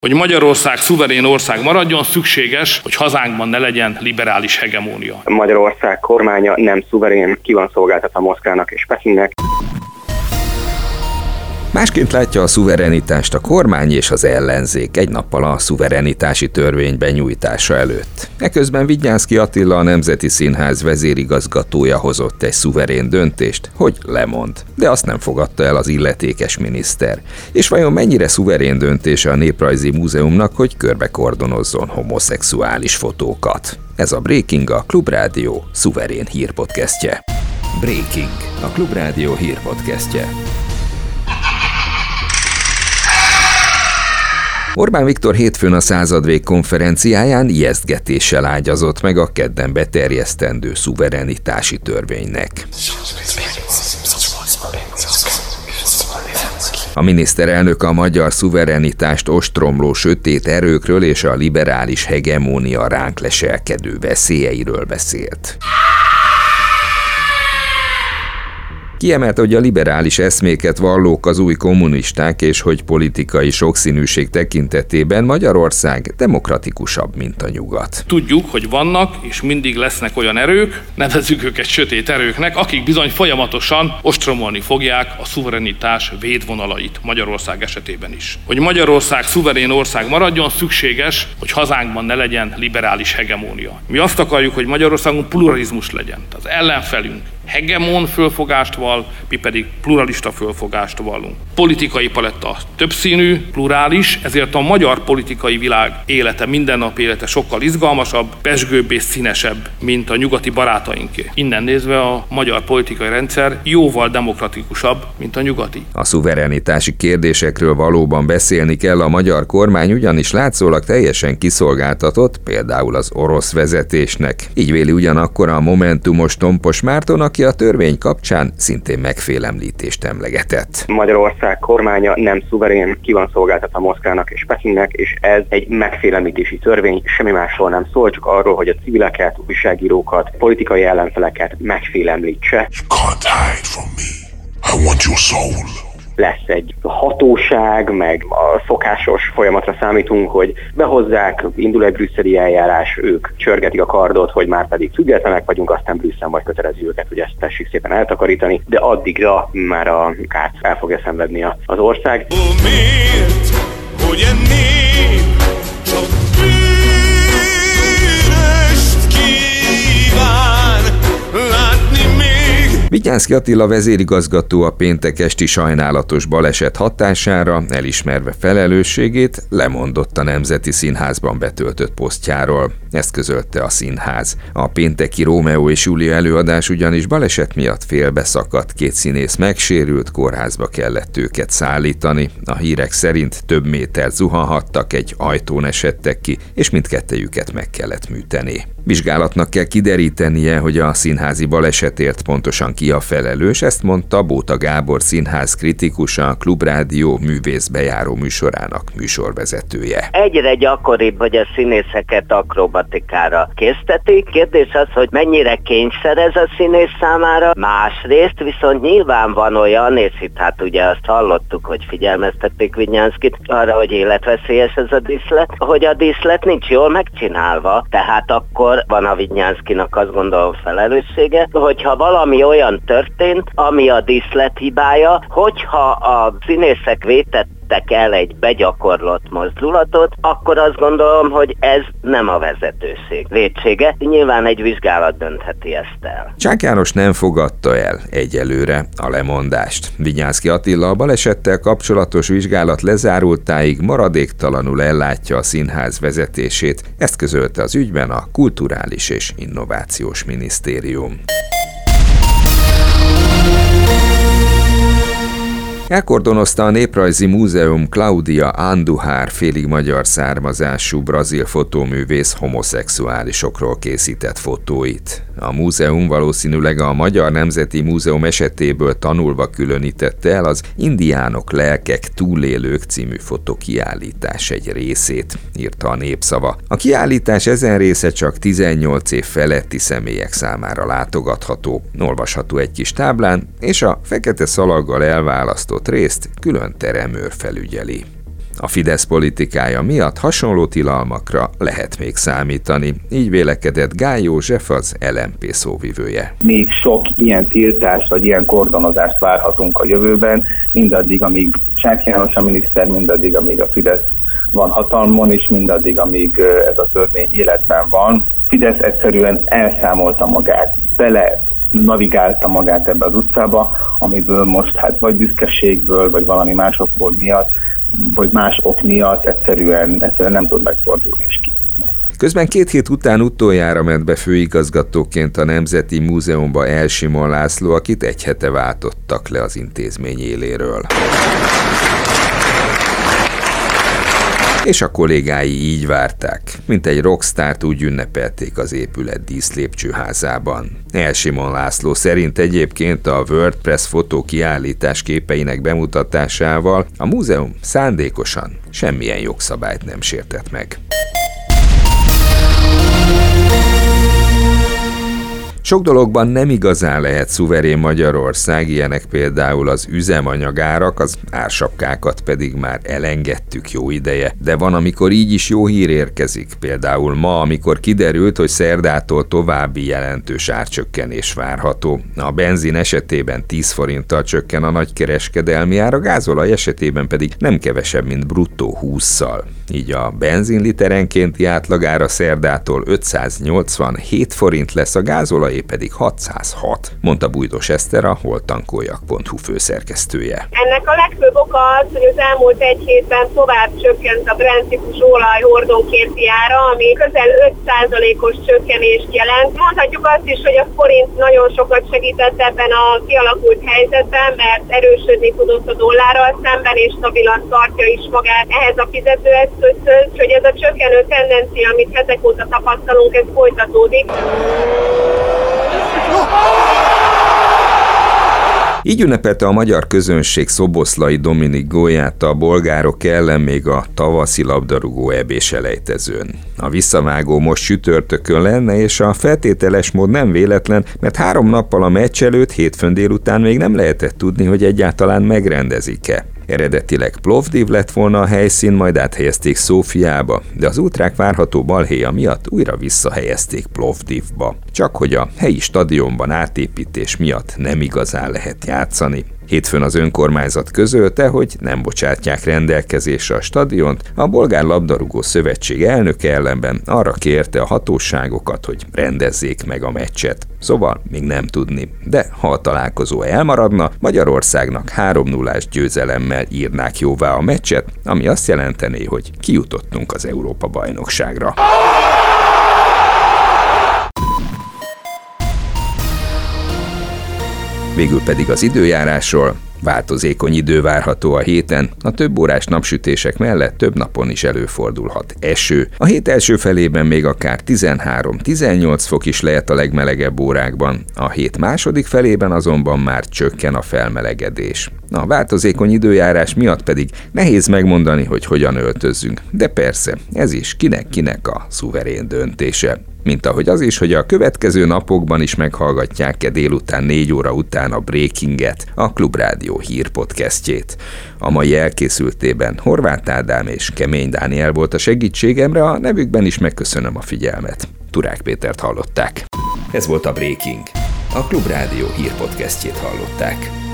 Hogy Magyarország szuverén ország maradjon, szükséges, hogy hazánkban ne legyen liberális hegemónia. Magyarország kormánya nem szuverén, ki van szolgáltatva Moszkvának és Pekingnek. Másként látja a szuverenitást a kormány és az ellenzék egy nappal a szuverenitási törvény benyújtása előtt. Eközben Vidnyánszky Attila, a Nemzeti Színház vezérigazgatója hozott egy szuverén döntést, hogy lemond. De azt nem fogadta el az illetékes miniszter. És vajon mennyire szuverén döntése a Néprajzi Múzeumnak, hogy körbekordonozzon homoszexuális fotókat? Ez a Breaking, a Klubrádió szuverén hírpodcastje. Breaking, a Klubrádió hírpodcastje. Orbán Viktor hétfőn a századvég konferenciáján ijesztgetéssel ágyazott meg a kedden beterjesztendő szuverenitási törvénynek. A miniszterelnök a magyar szuverenitást ostromló sötét erőkről és a liberális hegemónia ránk leselkedő veszélyeiről beszélt. Kiemelte, hogy a liberális eszméket vallók az új kommunisták, és hogy politikai sokszínűség tekintetében Magyarország demokratikusabb, mint a nyugat. Tudjuk, hogy vannak és mindig lesznek olyan erők, nevezzük őket sötét erőknek, akik bizony folyamatosan ostromolni fogják a szuverenitás védvonalait Magyarország esetében is. Hogy Magyarország szuverén ország maradjon, szükséges, hogy hazánkban ne legyen liberális hegemónia. Mi azt akarjuk, hogy Magyarországon pluralizmus legyen. Az ellenfelünk hegemon fölfogást vall, mi pedig pluralista fölfogást vallunk. Politikai paletta többszínű, plurális, ezért a magyar politikai világ élete, mindennapi élete sokkal izgalmasabb, pezsgőbb és színesebb, mint a nyugati barátainké. Innen nézve a magyar politikai rendszer jóval demokratikusabb, mint a nyugati. A szuverenitási kérdésekről valóban beszélni kell, a magyar kormány ugyanis látszólag teljesen kiszolgáltatott, például az orosz vezetésnek. Így véli ugyanakkor a momentumos Tompos Márton, aki a törvény kapcsán szintén megfélemlítést emlegetett. Magyarország kormánya nem szuverén, ki van szolgáltatva Moszkvának és Pekingnek, és ez egy megfélemlítési törvény, semmi másról nem szól, csak arról, hogy a civileket, újságírókat, politikai ellenfeleket megfélemlítse. You can't hide from me. I want your soul. Lesz egy hatóság, meg a szokásos folyamatra számítunk, hogy behozzák, indul egy brüsszeli eljárás, ők csörgetik a kardot, hogy már pedig függetlenek vagyunk, aztán Brüsszel majd kötelezi őket, hogy ezt tessék szépen eltakarítani, de addigra már a kárt el fogja szenvedni az ország. Miért, hogy ennél csak bűnöst kíván látni még? Vidnyánszky Attila vezérigazgató a péntek esti sajnálatos baleset hatására, elismerve felelősségét, lemondott a Nemzeti Színházban betöltött posztjáról. Ezt közölte a színház. A pénteki Rómeó és Júlia előadás ugyanis baleset miatt félbeszakadt, 2 színész megsérült, kórházba kellett őket szállítani. A hírek szerint több métert zuhanhattak, egy ajtón esedtek ki, és mindkettejüket meg kellett műteni. Vizsgálatnak kell kiderítenie, hogy a színházi balesetért pontosan ki a felelős, ezt mondta Bóta Gábor színház kritikusa, a Klubrádió művész bejáró műsorának műsorvezetője. Egyre gyakoribb, hogy a színészeket akrobatikára késztetik. Kérdés az, hogy mennyire kényszer ez a színész számára. Másrészt viszont nyilván van olyan, és itt hát ugye azt hallottuk, hogy figyelmeztették Vidnyánszkyt arra, hogy életveszélyes ez a díszlet, hogy a díszlet nincs jól megcsinálva, tehát akkor van a Vidnyánszkynak azt gondolom felelőssége, hogyha valami olyan történt, ami a díszlet hibája, hogyha a színészek vétettek el egy begyakorlott mozdulatot, akkor azt gondolom, hogy ez nem a vezetőség vétsége. Nyilván egy vizsgálat döntheti ezt el. Csák János nem fogadta el egyelőre a lemondást. Vidnyánszky Attila a balesettel kapcsolatos vizsgálat lezárultáig maradéktalanul ellátja a színház vezetését. Ezt közölte az ügyben a Kulturális és Innovációs Minisztérium. Elkordonozta a Néprajzi Múzeum Cláudia Andujar félig magyar származású brazil fotóművész homoszexuálisokról készített fotóit. A múzeum valószínűleg a Magyar Nemzeti Múzeum esetéből tanulva különítette el az Indiánok, lelkek, túlélők című fotokiállítás egy részét, írta a Népszava. A kiállítás ezen része csak 18 év feletti személyek számára látogatható, olvasható egy kis táblán, és a fekete szalaggal elválasztott részt külön teremőr felügyeli. A Fidesz politikája miatt hasonló tilalmakra lehet még számítani. Így vélekedett Gály József, az LMP szóvivője. Még sok ilyen tiltást vagy ilyen kordonozást várhatunk a jövőben, mindaddig, amíg Csák János a miniszter, mindaddig, amíg a Fidesz van hatalmon, és mindaddig, amíg ez a törvény életben van. Fidesz egyszerűen elszámolta magát, bele navigálta magát ebbe az utcába, amiből most vagy büszkeségből, vagy valami másokból miatt, vagy más ok miatt egyszerűen nem tud megfordulni és ki. Közben 2 hét után utoljára ment be főigazgatóként a Nemzeti Múzeumba Elsimon László, akit egy hete váltottak le az intézmény éléről. És a kollégái így várták, mint egy rockstárt úgy ünnepelték az épület díszlépcsőházában. Elsimon László szerint egyébként a WordPress fotókiállítás képeinek bemutatásával a múzeum szándékosan semmilyen jogszabályt nem sértett meg. Sok dologban nem igazán lehet szuverén Magyarország, ilyenek például az üzemanyagárak, az ársapkákat pedig már elengedtük jó ideje. De van, amikor így is jó hír érkezik. Például ma, amikor kiderült, hogy szerdától további jelentős árcsökkenés várható. A benzin esetében 10 forinttal csökken a nagykereskedelmi ár, a gázolaj esetében pedig nem kevesebb, mint bruttó 20-szal. Így a benzinliterenkénti átlagára szerdától 587 forint lesz, a gázolajé pedig 606, mondta Bújdos Eszter, a holtankoljak.hu főszerkesztője. Ennek a legfőbb oka az, hogy az elmúlt egy hétben tovább csökkent a Brent-típusú olaj hordókénti ára, ami közel 5%-os csökkenést jelent. Mondhatjuk azt is, hogy a forint nagyon sokat segített ebben a kialakult helyzetben, mert erősödni tudott a dollárral szemben, és stabilan tartja is magát ehhez a fizetőeszközhöz, hogy ez a csökkenő tendencia, amit hetek óta tapasztalunk, ez folytatódik. Így ünnepelte a magyar közönség Szoboszlai Dominik gólját a bolgárok ellen még a tavaszi labdarúgó EB-selejtezőn. A visszavágó most csütörtökön lenne, és a feltételes mód nem véletlen, mert 3 nappal a meccs előtt hétfőn délután még nem lehetett tudni, hogy egyáltalán megrendezik-e. Eredetileg Plovdiv lett volna a helyszín, majd áthelyezték Szófiába, de az ultrák várható balhéja miatt újra visszahelyezték Plovdivba. Csak hogy a helyi stadionban átépítés miatt nem igazán lehet játszani. Hétfőn az önkormányzat közölte, hogy nem bocsátják rendelkezésre a stadiont, a Bolgár Labdarúgó Szövetség elnöke ellenben arra kérte a hatóságokat, hogy rendezzék meg a meccset. Szóval még nem tudni, de ha a találkozó elmaradna, Magyarországnak 3-0-ás győzelemmel írnák jóvá a meccset, ami azt jelentené, hogy kijutottunk az Európa-bajnokságra. Végül pedig az időjárásról. Változékony idő várható a héten, a több órás napsütések mellett több napon is előfordulhat eső. A hét első felében még akár 13-18 fok is lehet a legmelegebb órákban, a hét második felében azonban már csökken a felmelegedés. A változékony időjárás miatt pedig nehéz megmondani, hogy hogyan öltözzünk, de persze, ez is kinek-kinek a szuverén döntése. Mint ahogy az is, hogy a következő napokban is meghallgatják-e délután 4 óra után a Breakinget, a Klubrádió hírpodcastjét. A mai elkészültében Horváth Ádám és Kemény Dániel volt a segítségemre, a nevükben is megköszönöm a figyelmet. Turák Pétert hallották. Ez volt a Breaking. A Klubrádió hírpodcastjét hallották.